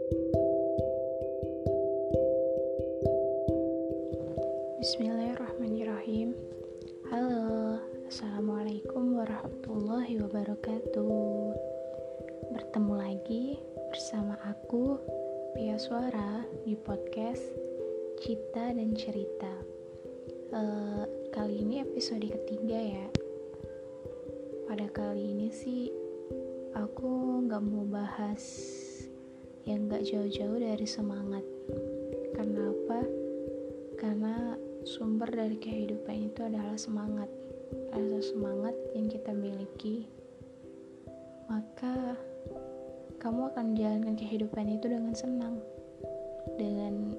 Bismillahirrahmanirrahim. Halo, Assalamualaikum warahmatullahi wabarakatuh. Bertemu lagi bersama aku, Pia Suara, di podcast Cita dan Cerita. Kali ini episode ketiga ya. Pada kali ini sih aku gak mau bahas yang gak jauh-jauh dari semangat. Karena apa? Karena sumber dari kehidupan itu adalah semangat. Rasa semangat yang kita miliki, maka kamu akan menjalankan kehidupan itu dengan senang, dengan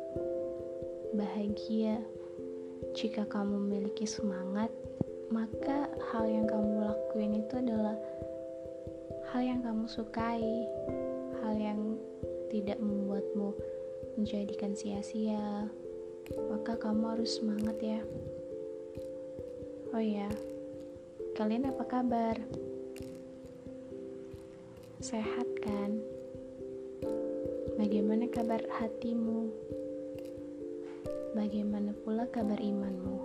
bahagia. Jika kamu memiliki semangat, maka hal yang kamu lakuin itu adalah hal yang kamu sukai, hal yang tidak membuatmu menjadikan sia-sia. Maka kamu harus semangat ya. Oh ya, kalian apa kabar? Sehat kan? Bagaimana kabar hatimu? Bagaimana pula kabar imanmu?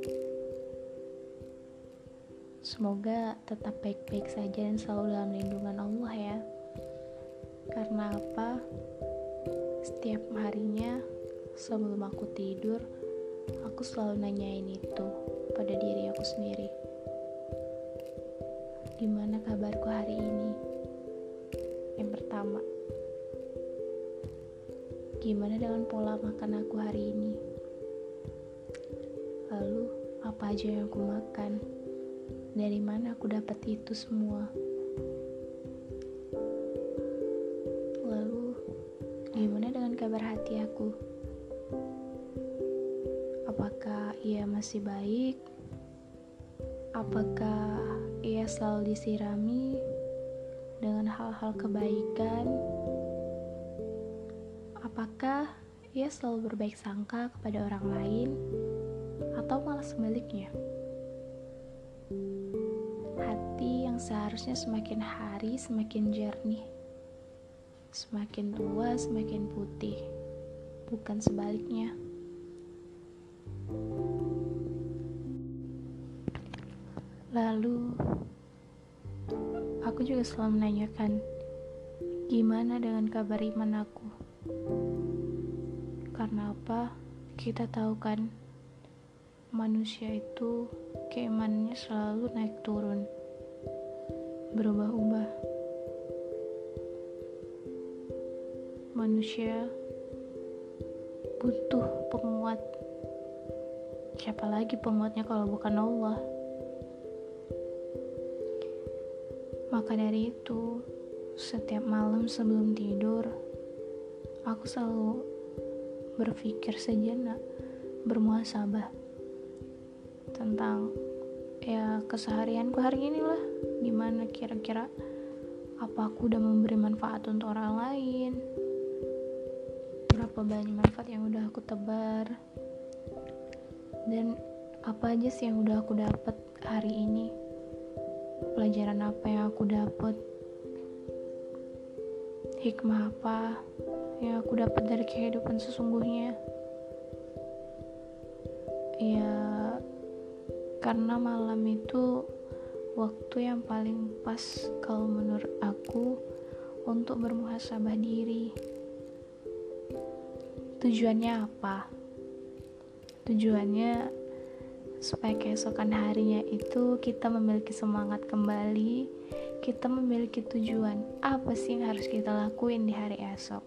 Semoga tetap baik-baik saja dan selalu dalam lindungan Allah ya. Karena apa? Setiap harinya sebelum aku tidur, aku selalu nanyain itu pada diri aku sendiri. Gimana kabarku hari ini? Yang pertama, gimana dengan pola makan aku hari ini? Lalu, apa aja yang aku makan? Dari mana aku dapat itu semua? Lalu, gimana dengan kabar hati aku? Apakah ia masih baik? Apakah ia selalu disirami dengan hal-hal kebaikan? Apakah ia selalu berbaik sangka kepada orang lain? Atau malah sebaliknya? Hati yang seharusnya semakin hari semakin jernih, semakin tua semakin putih, bukan sebaliknya. Lalu, aku juga selalu menanyakan, gimana dengan kabar iman aku? Karena apa? Kita tahu kan, manusia itu keimanannya selalu naik turun, berubah-ubah. Manusia butuh penguat. Siapa lagi penguatnya kalau bukan Allah? Maka dari itu, setiap malam sebelum tidur, aku selalu berpikir sejenak, bermuhasabah tentang keseharianku hari ini lah. Gimana kira-kira, apa aku udah memberi manfaat untuk orang lain? Berapa banyak manfaat yang udah aku tebar? Dan apa aja sih yang udah aku dapat hari ini? Pelajaran apa yang aku dapat? Hikmah apa yang aku dapat dari kehidupan sesungguhnya? Ya, karena malam itu waktu yang paling pas kalau menurut aku untuk bermuhasabah diri. Tujuannya apa? Tujuannya supaya keesokan harinya itu kita memiliki semangat kembali, kita memiliki tujuan apa sih yang harus kita lakuin di hari esok,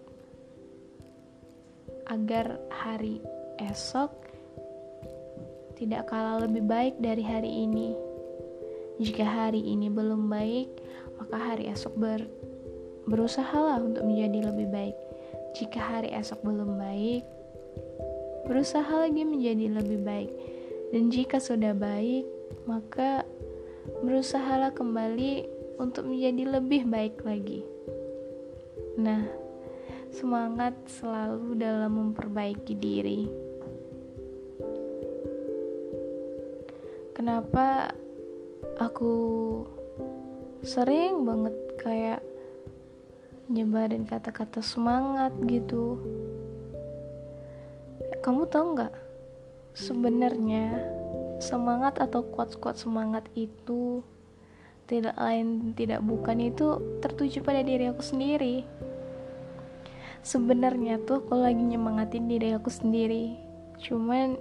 agar hari esok tidak kalah lebih baik dari hari ini. Jika hari ini belum baik, maka hari esok berusahalah untuk menjadi lebih baik. Jika hari esok belum baik, berusaha lagi menjadi lebih baik. Dan jika sudah baik, maka berusahalah kembali untuk menjadi lebih baik lagi. Nah, semangat selalu dalam memperbaiki diri. Kenapa aku sering banget kayak nyebarin kata-kata semangat gitu. Kamu tahu nggak, sebenarnya semangat atau quotes-quotes semangat itu tidak lain tidak bukan itu tertuju pada diri aku sendiri. Sebenarnya tuh aku lagi nyemangatin diri aku sendiri, cuman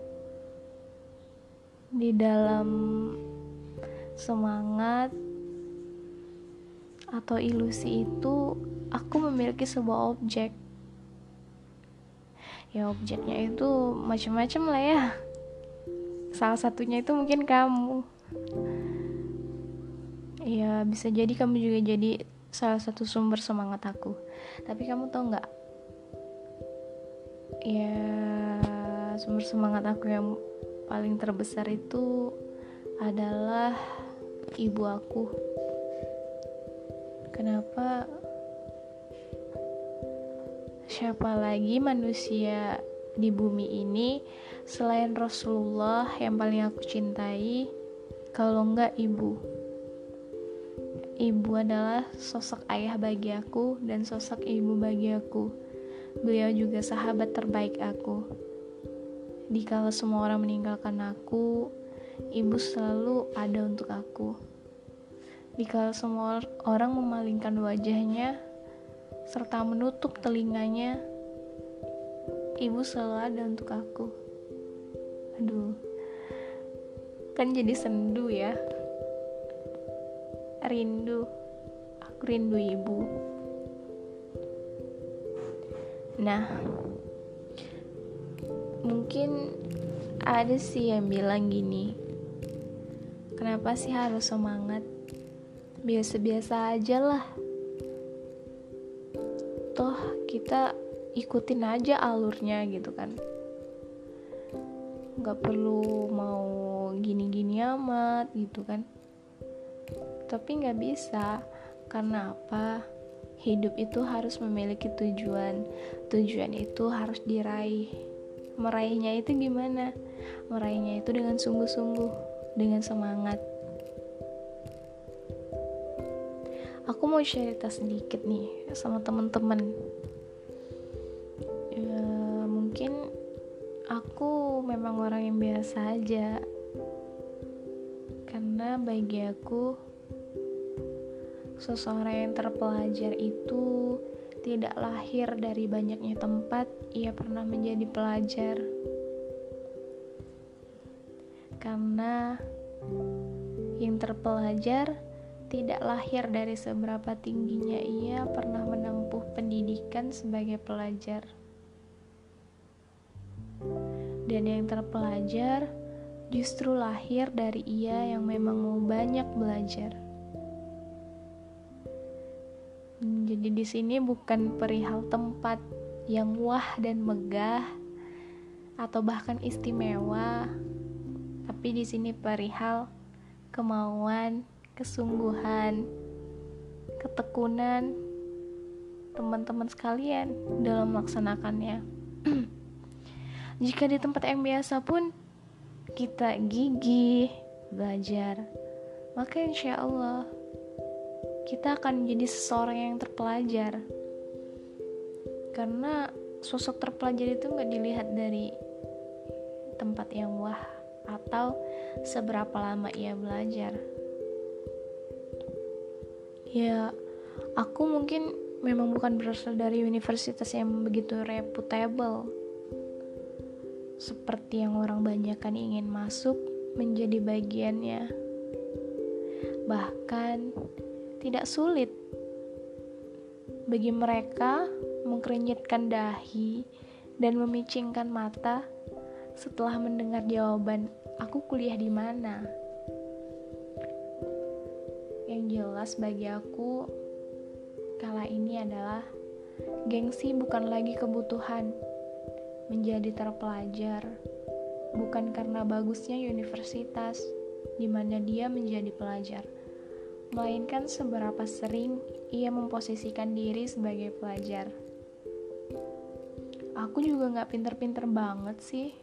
di dalam semangat atau ilusi itu aku memiliki sebuah objek. Ya objeknya itu macam-macam lah ya. Salah satunya itu mungkin kamu. Ya bisa jadi kamu juga jadi salah satu sumber semangat aku. Tapi kamu tau nggak? Ya sumber semangat aku yang paling terbesar itu adalah ibu aku. Kenapa? Siapa lagi manusia di bumi ini selain Rasulullah yang paling aku cintai kalau enggak ibu. Ibu adalah sosok ayah bagi aku dan sosok ibu bagi aku. Beliau juga sahabat terbaik aku. Dikala semua orang meninggalkan aku, ibu selalu ada untuk aku. Dikala semua orang memalingkan wajahnya serta menutup telinganya, ibu selalu ada untuk aku. Aduh, kan jadi sendu ya. Rindu, aku rindu ibu. Nah, mungkin ada sih yang bilang gini, kenapa sih harus semangat? Biasa-biasa aja lah. Toh kita ikutin aja alurnya gitu kan, gak perlu mau gini-gini amat gitu kan. Tapi gak bisa. Karena apa? Hidup itu harus memiliki tujuan. Tujuan itu harus diraih. Meraihnya itu gimana? Meraihnya itu dengan sungguh-sungguh, dengan semangat. Aku mau cerita sedikit nih sama teman-teman. Ya, mungkin aku memang orang yang biasa aja. Karena bagi aku, seseorang yang terpelajar itu tidak lahir dari banyaknya tempat ia pernah menjadi pelajar. Karena yang terpelajar tidak lahir dari seberapa tingginya ia pernah menempuh pendidikan sebagai pelajar. Dan yang terpelajar justru lahir dari ia yang memang mau banyak belajar. Jadi di sini bukan perihal tempat yang wah dan megah atau bahkan istimewa, tapi di sini perihal kemauan, kesungguhan, ketekunan teman-teman sekalian dalam melaksanakannya. Jika di tempat yang biasa pun kita gigih belajar, maka insya Allah kita akan menjadi seseorang yang terpelajar. Karena sosok terpelajar itu gak dilihat dari tempat yang wah atau seberapa lama ia belajar. Ya, aku mungkin memang bukan berasal dari universitas yang begitu reputable seperti yang orang banyakan ingin masuk menjadi bagiannya. Bahkan tidak sulit bagi mereka mengkerenyitkan dahi dan memicingkan mata setelah mendengar jawaban aku kuliah di mana. Yang jelas bagi aku kala ini adalah gengsi bukan lagi kebutuhan. Menjadi terpelajar bukan karena bagusnya universitas di mana dia menjadi pelajar, melainkan seberapa sering ia memposisikan diri sebagai pelajar. Aku juga gak pinter-pinter banget sih,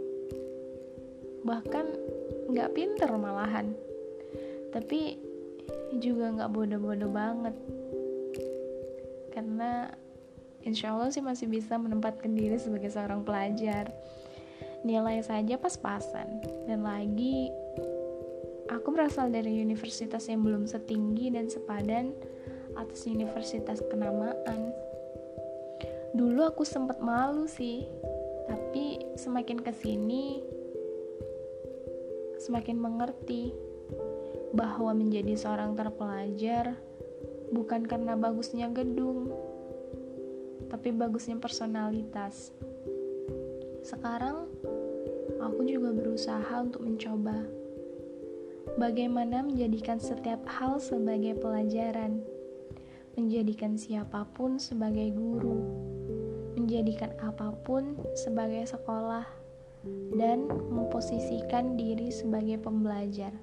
bahkan gak pinter malahan, tapi juga gak bodoh-bodoh banget. karena insya Allah sih masih bisa menempatkan diri sebagai seorang pelajar. Nilai saja pas-pasan, dan lagi aku berasal dari universitas yang belum setinggi dan sepadan atas universitas kenamaan. Dulu aku sempat malu sih, tapi semakin kesini semakin mengerti bahwa menjadi seorang terpelajar bukan karena bagusnya gedung, tapi bagusnya personalitas. Sekarang aku juga berusaha untuk mencoba bagaimana menjadikan setiap hal sebagai pelajaran, menjadikan siapapun sebagai guru, menjadikan apapun sebagai sekolah, dan memposisikan diri sebagai pembelajar.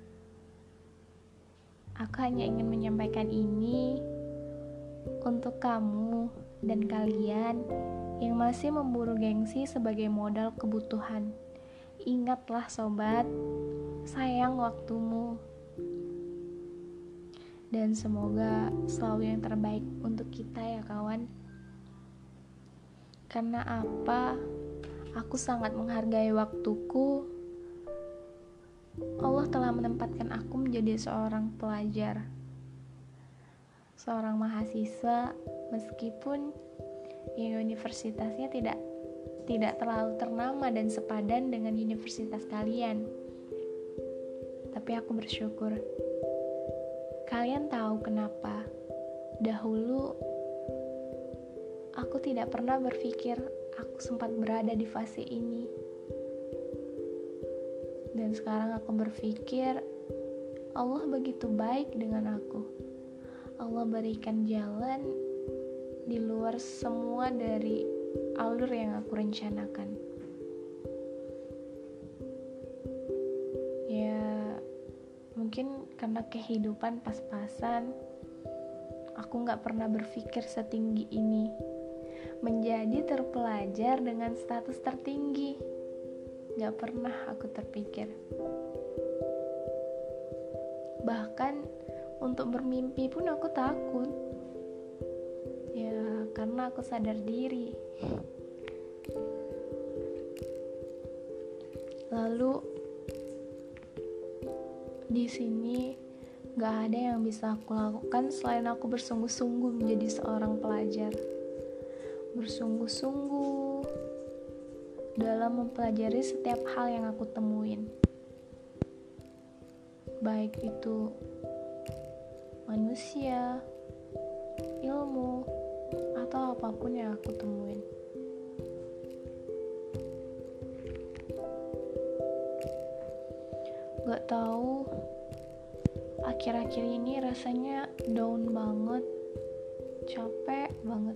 Aku hanya ingin menyampaikan ini untuk kamu dan kalian yang masih memburu gengsi sebagai modal kebutuhan. Ingatlah sobat, sayang waktumu. Dan semoga selalu yang terbaik untuk kita ya kawan. Karena apa? Aku sangat menghargai waktuku. Allah telah menempatkan aku menjadi seorang pelajar, seorang mahasiswa, meskipun yang universitasnya tidak terlalu ternama dan sepadan dengan universitas kalian. Tapi aku bersyukur. Kalian tahu kenapa? Dahulu aku tidak pernah berpikir aku sempat berada di fase ini. Dan sekarang aku berpikir Allah begitu baik dengan aku. Allah berikan jalan di luar semua dari alur yang aku rencanakan. Ya, mungkin karena kehidupan pas-pasan, aku gak pernah berpikir setinggi ini. Menjadi terpelajar dengan status tertinggi, gak pernah aku terpikir. Bahkan untuk bermimpi pun aku takut. Ya, karena aku sadar diri. Lalu di sini gak ada yang bisa aku lakukan selain aku bersungguh-sungguh menjadi seorang pelajar. Bersungguh-sungguh dalam mempelajari setiap hal yang aku temuin, baik itu manusia, ilmu, atau apapun yang aku temuin. Gak tahu, akhir-akhir ini rasanya down banget, capek banget.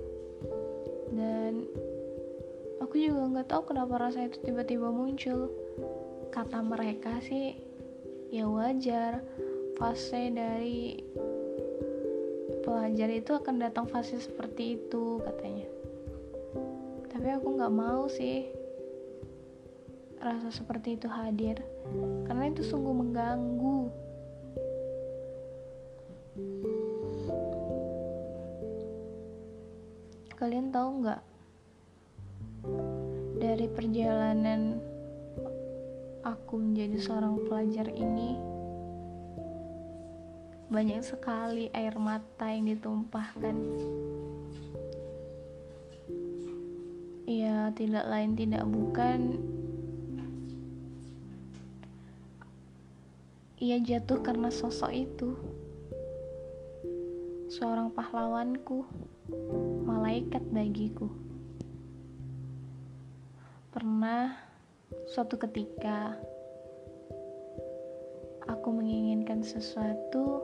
Dan aku juga gak tahu kenapa rasa itu tiba-tiba muncul. Kata mereka sih, ya wajar, fase dari pelajar itu akan datang fase seperti itu katanya. Tapi aku gak mau sih rasa seperti itu hadir, karena itu sungguh mengganggu. Kalian tahu gak, dari perjalanan aku menjadi seorang pelajar ini, banyak sekali air mata yang ditumpahkan. Ya, tidak lain tidak bukan, ia jatuh karena sosok itu, seorang pahlawanku, malaikat bagiku. Pernah suatu ketika aku menginginkan sesuatu,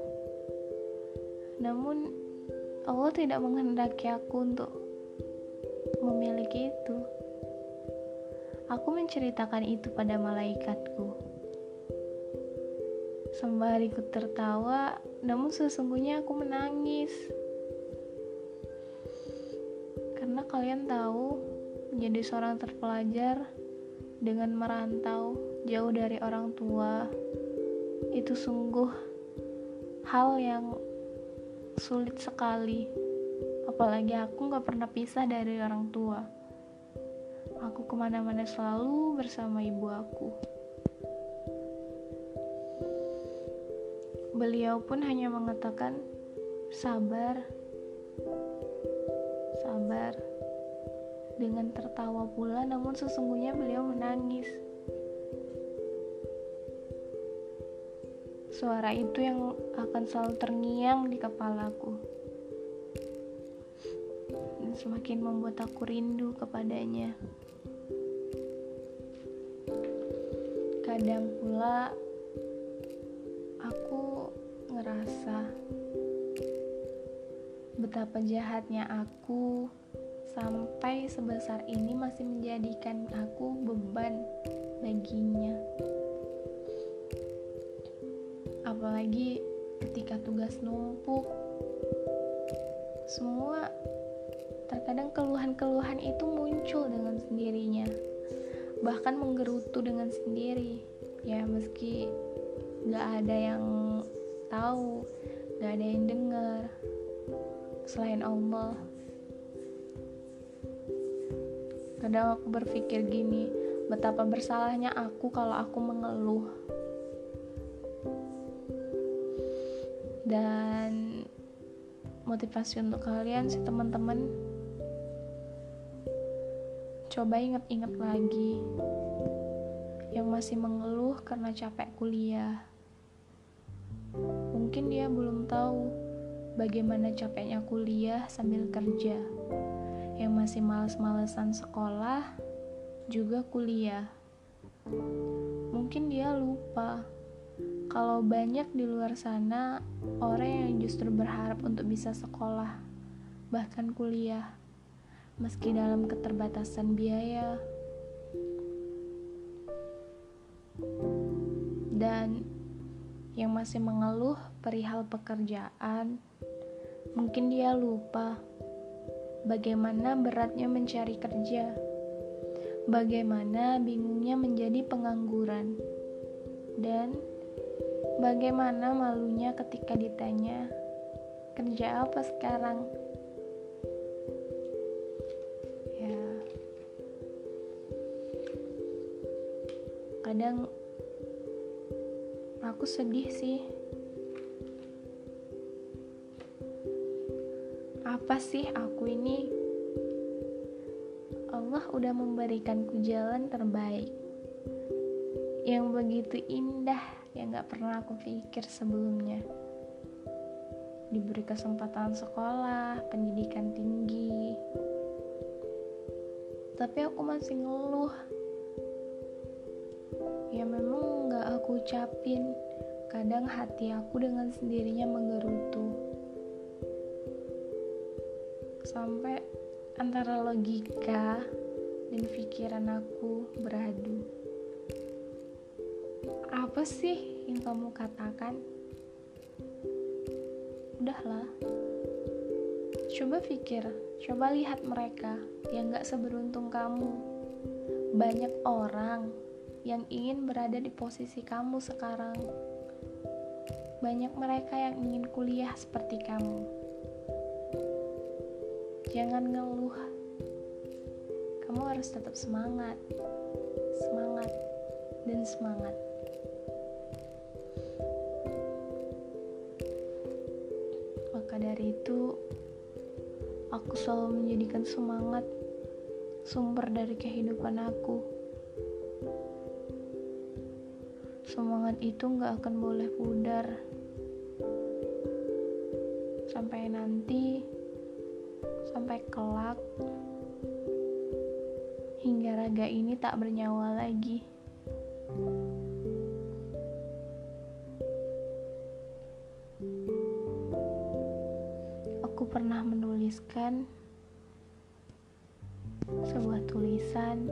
namun Allah tidak menghendaki aku untuk memiliki itu. Aku menceritakan itu pada malaikatku. Sembari ku tertawa, namun sesungguhnya aku menangis. Karena kalian tahu, menjadi seorang terpelajar dengan merantau jauh dari orang tua, itu sungguh hal yang sulit sekali. Apalagi aku gak pernah pisah dari orang tua. Aku kemana-mana selalu bersama ibu aku. Beliau pun hanya mengatakan, sabar, sabar. Dengan tertawa pula, namun sesungguhnya beliau menangis. Suara itu yang akan selalu terngiang di kepalaku, dan semakin membuat aku rindu kepadanya. Kadang pula aku ngerasa betapa jahatnya aku sampai sebesar ini masih menjadikan aku beban baginya. Apalagi ketika tugas numpuk, semua terkadang keluhan-keluhan itu muncul dengan sendirinya, bahkan menggerutu dengan sendiri. Ya meski gak ada yang tahu, gak ada yang dengar selain Allah. Kadang aku berpikir gini, betapa bersalahnya aku kalau aku mengeluh. Dan motivasi untuk kalian sih teman-teman, coba ingat-ingat lagi yang masih mengeluh karena capek kuliah. Mungkin dia belum tahu bagaimana capeknya kuliah sambil kerja. Yang masih malas-malesan sekolah juga kuliah. Mungkin dia lupa kalau banyak di luar sana orang yang justru berharap untuk bisa sekolah, bahkan kuliah, meski dalam keterbatasan biaya. Dan yang masih mengeluh perihal pekerjaan, mungkin dia lupa bagaimana beratnya mencari kerja, bagaimana bingungnya menjadi pengangguran, dan bagaimana malunya ketika ditanya, kerja apa sekarang? Ya, kadang aku sedih sih. Apa sih aku ini? Allah udah memberikanku jalan terbaik yang begitu indah, yang gak pernah aku pikir sebelumnya. Diberi kesempatan sekolah, pendidikan tinggi, tapi aku masih ngeluh. Ya memang gak aku ucapin, kadang hati aku dengan sendirinya menggerutu, sampai antara logika dan pikiran aku beradu. Apa sih yang kamu katakan? Udahlah, coba pikir, coba lihat mereka yang gak seberuntung kamu. Banyak orang yang ingin berada di posisi kamu sekarang. Banyak mereka yang ingin kuliah seperti kamu. Jangan ngeluh. Kamu harus tetap semangat, semangat, dan semangat. Maka dari itu, aku selalu menjadikan semangat sumber dari kehidupan aku. Semangat itu gak akan boleh pudar sampai nanti, sampai kelak, hingga raga ini tak bernyawa lagi. Aku pernah menuliskan sebuah tulisan,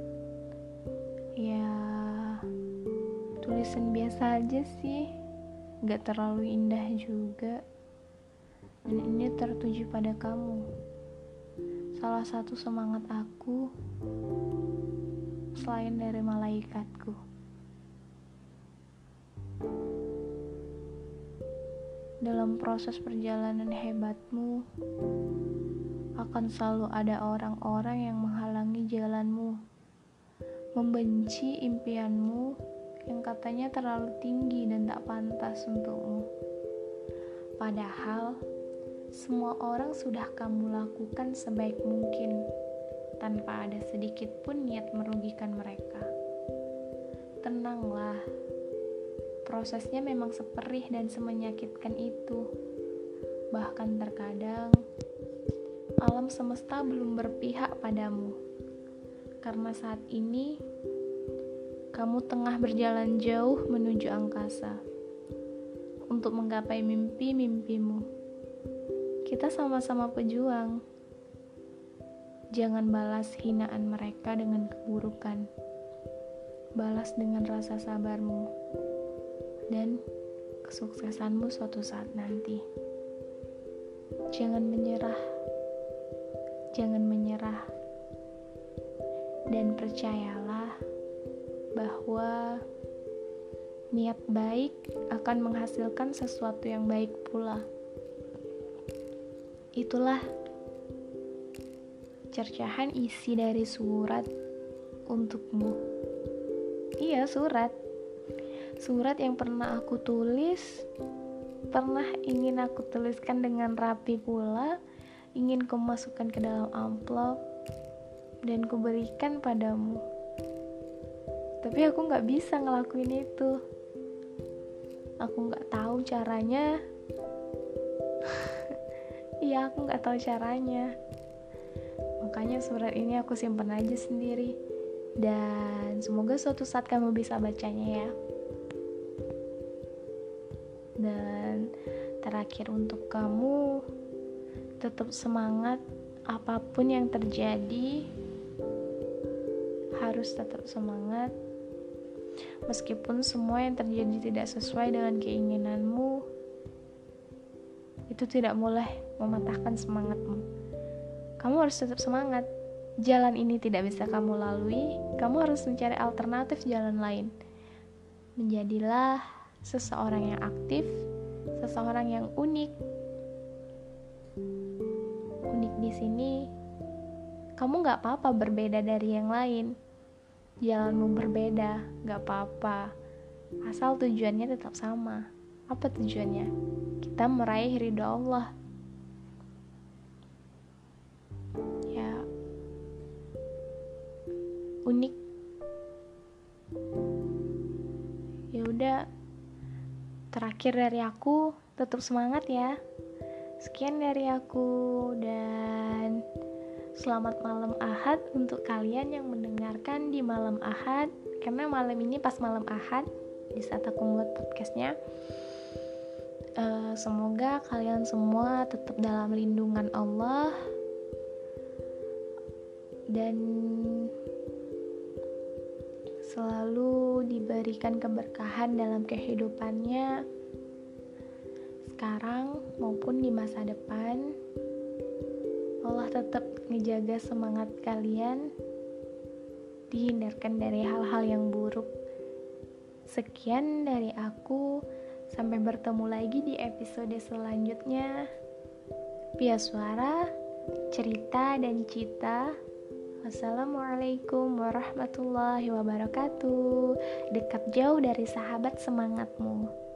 ya tulisan biasa aja sih, gak terlalu indah juga. Dan ini tertuju pada kamu, salah satu semangat aku selain dari malaikatku. Dalam proses perjalanan hebatmu, akan selalu ada orang-orang yang menghalangi jalanmu, membenci impianmu yang katanya terlalu tinggi dan tak pantas untukmu. Padahal, semua orang sudah kamu lakukan sebaik mungkin, tanpa ada sedikit pun niat merugikan mereka. Tenanglah, prosesnya memang seperih dan semenyakitkan itu. Bahkan terkadang, alam semesta belum berpihak padamu. Karena saat ini, kamu tengah berjalan jauh menuju angkasa untuk menggapai mimpi-mimpimu. Kita sama-sama pejuang. Jangan balas hinaan mereka dengan keburukan. Balas dengan rasa sabarmu dan kesuksesanmu suatu saat nanti. Jangan menyerah. Jangan menyerah. Dan percayalah bahwa niat baik akan menghasilkan sesuatu yang baik pula. Itulah cercahan isi dari surat untukmu. Iya, surat yang pernah aku tulis, pernah ingin aku tuliskan dengan rapi pula, ingin ku masukkan ke dalam amplop dan ku berikan padamu. Tapi aku gak bisa ngelakuin itu. Aku gak tahu caranya. Iya, aku gak tahu caranya. Makanya surat ini aku simpan aja sendiri. Dan semoga suatu saat kamu bisa bacanya ya. Dan terakhir untuk kamu, tetap semangat. Apapun yang terjadi, harus tetap semangat. Meskipun semua yang terjadi tidak sesuai dengan keinginanmu, itu tidak boleh mematahkan semangatmu. Kamu harus tetap semangat. Jalan ini tidak bisa kamu lalui, kamu harus mencari alternatif jalan lain. Menjadilah seseorang yang aktif, seseorang yang unik. Unik di sini, kamu gak apa-apa berbeda dari yang lain. Jalanmu berbeda, gak apa-apa. Asal tujuannya tetap sama. Apa tujuannya? Kita meraih ridho Allah. Ya, unik. Ya udah, terakhir dari aku, tetap semangat ya. Sekian dari aku, dan selamat malam Ahad untuk kalian yang mendengarkan di malam Ahad. Karena malam ini pas malam Ahad, di saat aku membuat podcastnya. Semoga kalian semua tetap dalam lindungan Allah dan selalu diberikan keberkahan dalam kehidupannya sekarang maupun di masa depan. Allah tetap ngejaga semangat kalian, dihindarkan dari hal-hal yang buruk. Sekian dari aku, sampai bertemu lagi di episode selanjutnya. Via suara, cerita, dan cita. Wassalamualaikum warahmatullahi wabarakatuh. Dekat jauh dari sahabat semangatmu.